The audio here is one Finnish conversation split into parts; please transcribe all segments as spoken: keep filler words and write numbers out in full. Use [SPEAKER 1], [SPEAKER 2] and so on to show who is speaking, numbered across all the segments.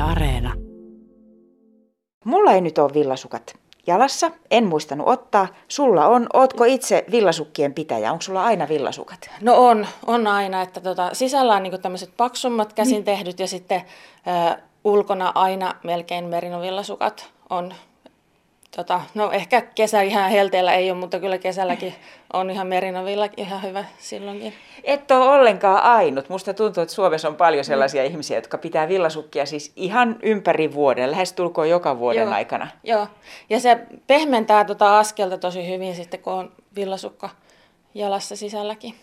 [SPEAKER 1] Areena.
[SPEAKER 2] Mulla ei nyt ole villasukat jalassa, en muistanut ottaa. Sulla on. Ootko itse villasukkien pitäjä? Onko sulla aina villasukat?
[SPEAKER 1] No on, on aina, että tota, sisällä on niinku tämmöiset paksummat käsin niin. tehdyt ja sitten ö, ulkona aina melkein merinovillasukat on. Tota, no ehkä kesä ihan helteellä ei ole, mutta kyllä kesälläkin on ihan merinovilla ihan hyvä silloinkin.
[SPEAKER 2] Et ole ollenkaan ainut. Musta tuntuu, että Suomessa on paljon sellaisia mm. ihmisiä, jotka pitää villasukkia siis ihan ympäri vuoden, lähestulkoon joka vuoden
[SPEAKER 1] Joo.
[SPEAKER 2] aikana.
[SPEAKER 1] Joo, ja se pehmentää tota askelta tosi hyvin sitten, kun on villasukka jalassa sisälläkin.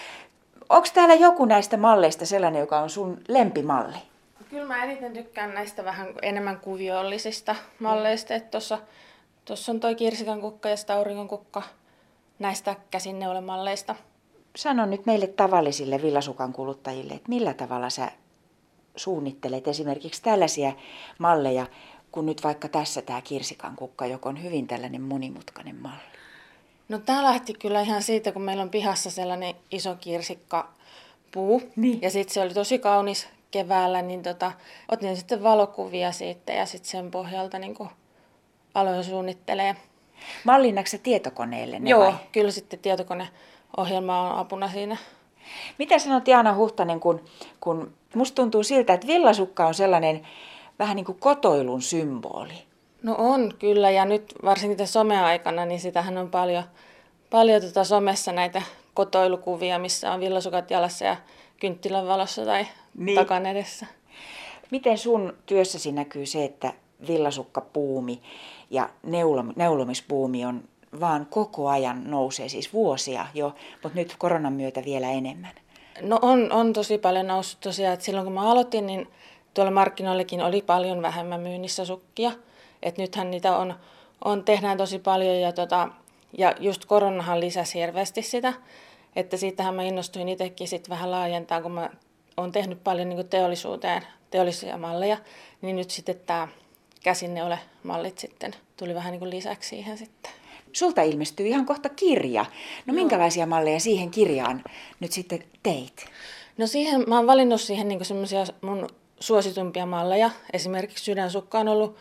[SPEAKER 2] Onko täällä joku näistä malleista sellainen, joka on sun lempimalli?
[SPEAKER 1] Kyllä mä eniten tykkään näistä vähän enemmän kuviollisista malleista, että tuossa Tuossa on toi kirsikan kukka ja sitten auringon kukka näistä käsinneulemalleista.
[SPEAKER 2] Sano nyt meille tavallisille villasukan kuluttajille, että millä tavalla sä suunnittelet esimerkiksi tällaisia malleja, kun nyt vaikka tässä tämä kirsikan kukka, joka on hyvin tällainen monimutkainen malli.
[SPEAKER 1] No tää lähti kyllä ihan siitä, kun meillä on pihassa sellainen iso kirsikkapuu. Niin. Ja sitten se oli tosi kaunis keväällä, niin tota, otin sitten valokuvia siitä ja sitten sen pohjalta niin kun aloin suunnittelee.
[SPEAKER 2] Mallinnatko sä tietokoneelle ne
[SPEAKER 1] Joo,
[SPEAKER 2] vai?
[SPEAKER 1] kyllä sitten tietokoneohjelma on apuna siinä.
[SPEAKER 2] Mitä sanot Jaana Huhtanen, kun, kun musta tuntuu siltä, että villasukka on sellainen vähän niin kuin kotoilun symboli?
[SPEAKER 1] No on kyllä, ja nyt varsinkin tässä someaikana, niin sitähän on paljon, paljon tota somessa näitä kotoilukuvia, missä on villasukat jalassa ja kynttilän valossa tai niin. takan edessä.
[SPEAKER 2] Miten sun työssäsi näkyy se, että villasukkapuumi ja neulomispuumi on vaan koko ajan nousee, siis vuosia jo, mutta nyt koronan myötä vielä enemmän?
[SPEAKER 1] No on, on tosi paljon noussut tosiaan, että silloin kun mä aloitin, niin tuolla markkinoillekin oli paljon vähemmän myynnissä sukkia. Että nythän niitä on, on, tehdään tosi paljon ja, tota, ja just koronahan lisäsi hirveästi sitä, että siitähän mä innostuin itsekin sit vähän laajentaa, kun mä oon tehnyt paljon niin kuin teollisuuteen, teollisia malleja, niin nyt sitten tämä käsinneulemallit sitten tuli vähän niin kuin lisäksi siihen sitten.
[SPEAKER 2] Sulta ilmestyy ihan kohta kirja. No Joo. minkälaisia malleja siihen kirjaan nyt sitten teit?
[SPEAKER 1] No siihen, mä oon valinnut siihen niin kuin semmoisia mun suositumpia malleja. Esimerkiksi sydänsukka on ollut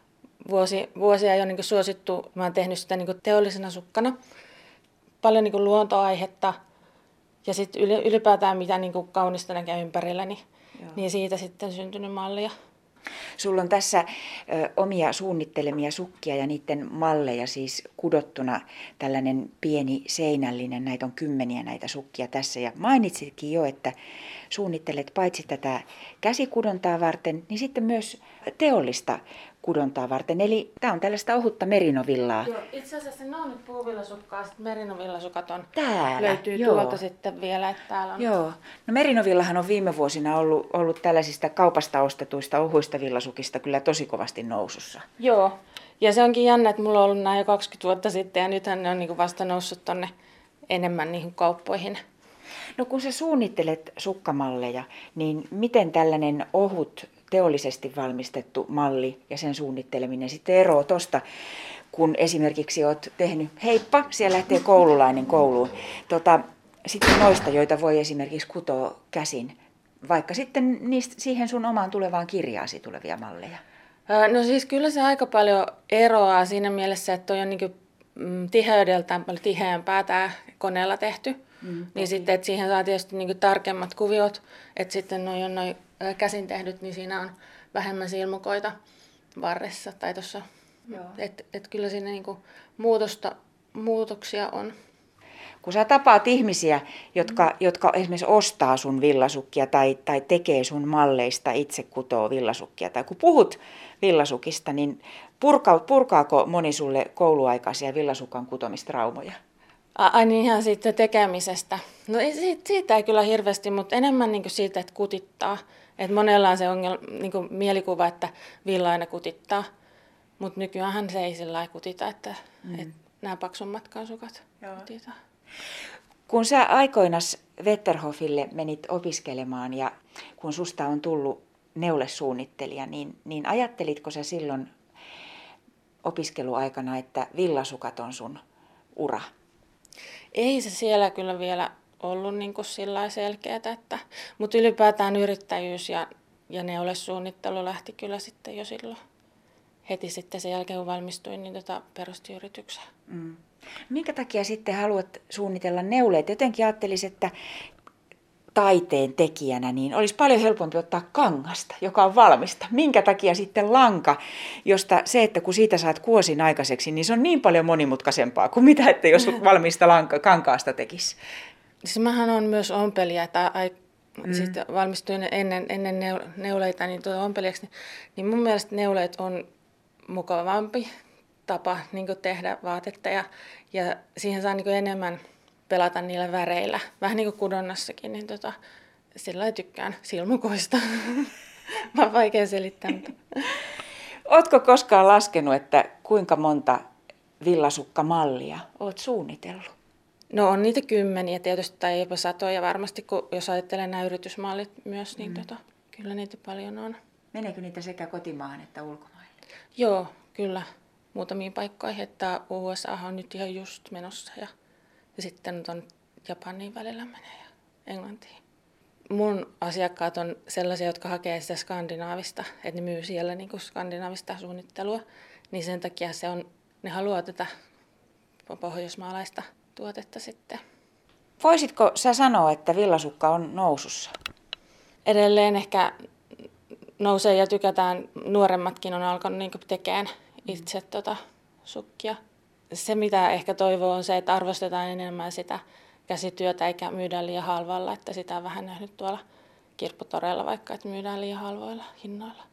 [SPEAKER 1] vuosi, vuosia jo niin kuin suosittu. Mä oon tehnyt sitä niin kuin teollisena sukkana. Paljon niin kuin luontoaihetta ja sitten ylipäätään mitä niin kuin kaunista näkee ympärillä, niin, niin siitä sitten syntynyt mallia.
[SPEAKER 2] Sulla on tässä ö, omia suunnittelemia sukkia ja niiden malleja siis kudottuna tällainen pieni seinällinen. Näitä on kymmeniä näitä sukkia tässä. Ja mainitsitkin jo, että suunnittelet paitsi tätä käsikudontaa varten, niin sitten myös teollista kudontaa varten. Eli tämä on tällaista ohutta merinovillaa.
[SPEAKER 1] Joo, itse asiassa ne on nyt puuvillasukkaa, sitten merinovillasukat on.
[SPEAKER 2] Täällä,
[SPEAKER 1] löytyy
[SPEAKER 2] joo.
[SPEAKER 1] tuolta sitten vielä, että täällä on.
[SPEAKER 2] Joo, no merinovillahan on viime vuosina ollut, ollut tällaisista kaupasta ostetuista ohuista villasukista kyllä tosi kovasti nousussa.
[SPEAKER 1] Joo, ja se onkin jännä, että mulla on ollut nämä jo kaksikymmentä vuotta sitten ja nythän ne on niinku vasta noussut tonne enemmän niihin kauppoihin.
[SPEAKER 2] No kun sä suunnittelet sukkamalleja, niin miten tällainen ohut teollisesti valmistettu malli ja sen suunnitteleminen sitten eroaa tosta, kun esimerkiksi oot tehnyt, heippa, siellä lähtee koululainen kouluun, tota, sitten noista, joita voi esimerkiksi kutoa käsin, vaikka sitten niistä, siihen sun omaan tulevaan kirjaasi tulevia malleja?
[SPEAKER 1] No siis kyllä se aika paljon eroaa siinä mielessä, että toi on niinku tiheydeltään paljon tiheämpää tämä koneella tehty. Mm, niin sitten, että siihen saa tietysti niinku tarkemmat kuviot, että sitten noi on noi käsin tehdyt, niin siinä on vähemmän silmukoita varressa tai tuossa. Että et kyllä siinä niinku muutosta, muutoksia on.
[SPEAKER 2] Kun sä tapaat ihmisiä, jotka, mm. jotka esimerkiksi ostaa sun villasukkia tai, tai tekee sun malleista, itse kutoo villasukkia, tai kun puhut villasukista, niin purka, purkaako moni sulle kouluaikaisia villasukan kutomistraumoja?
[SPEAKER 1] Ai niin, ihan siitä tekemisestä. No siitä, siitä ei kyllä hirveästi, mutta enemmän niin kuin siitä, että kutittaa. Et monella on se ongelma, niin kuin mielikuva, että villa aina kutittaa, mutta nykyään se ei sillä lailla kutita, että, mm. että nämä paksummatkaan sukat Joo. kutitaan.
[SPEAKER 2] Kun sä aikoinas Wetterhofille menit opiskelemaan ja kun susta on tullut neulesuunnittelija, niin, niin ajattelitko sä silloin opiskeluaikana, että villasukat on sun ura?
[SPEAKER 1] Ei se siellä kyllä vielä ollut niin kuin sillä selkeää, että, mutta ylipäätään yrittäjyys ja, ja neulesuunnittelu lähti kyllä sitten jo silloin. Heti sitten sen jälkeen, kun valmistuin, niin tota perustin yrityksen.
[SPEAKER 2] Mm. Minkä takia sitten haluat suunnitella neuleet? Jotenkin ajattelisin, että taiteen tekijänä niin olisi paljon helpompi ottaa kangasta, joka on valmista. Minkä takia sitten lanka, josta se, että kun siitä saat kuosin aikaiseksi, niin se on niin paljon monimutkaisempaa kuin mitä, että jos valmista lanka, kankaasta tekisi.
[SPEAKER 1] Siis mähän on myös ompelija, että ai,
[SPEAKER 2] Mm.
[SPEAKER 1] sitten valmistuin ennen, ennen neuleita niin tuota ompelijaksi, niin, niin mun mielestä neuleet on mukavampi tapa niin kuin tehdä vaatetta ja, ja siihen saa niin kuin enemmän pelata niillä väreillä. Vähän niin kuin kudonnassakin, niin tota, sillä lailla tykkään silmukoista. Mä oon vaikea selittää. Mutta...
[SPEAKER 2] Ootko koskaan laskenut, että kuinka monta villasukkamallia oot suunnitellut?
[SPEAKER 1] No on niitä kymmeniä tietysti, tai jopa satoja varmasti, kun jos ajattelee nämä yritysmallit myös, niin mm. tota, kyllä niitä paljon on.
[SPEAKER 2] Meneekö niitä sekä kotimaahan että ulkomaille?
[SPEAKER 1] Joo, kyllä. Muutamiin paikkoihin, että U S A on nyt ihan just menossa ja, ja sitten on Japaniin välillä menee ja Englantiin. Mun asiakkaat on sellaisia, jotka hakee sitä skandinaavista, että ne myy siellä niin kuin skandinaavista suunnittelua, niin sen takia se on, ne haluaa tätä pohjoismaalaista tuotetta sitten.
[SPEAKER 2] Voisitko sä sanoa, että villasukka on nousussa?
[SPEAKER 1] Edelleen ehkä nousee ja tykätään, nuoremmatkin on alkanut niin tekemään itse tota sukkia. Se mitä ehkä toivoo on se, että arvostetaan enemmän sitä käsityötä eikä myydä liian halvalla, että sitä on vähän nähnyt tuolla kirpputoreilla vaikka, että myydään liian halvoilla hinnoilla.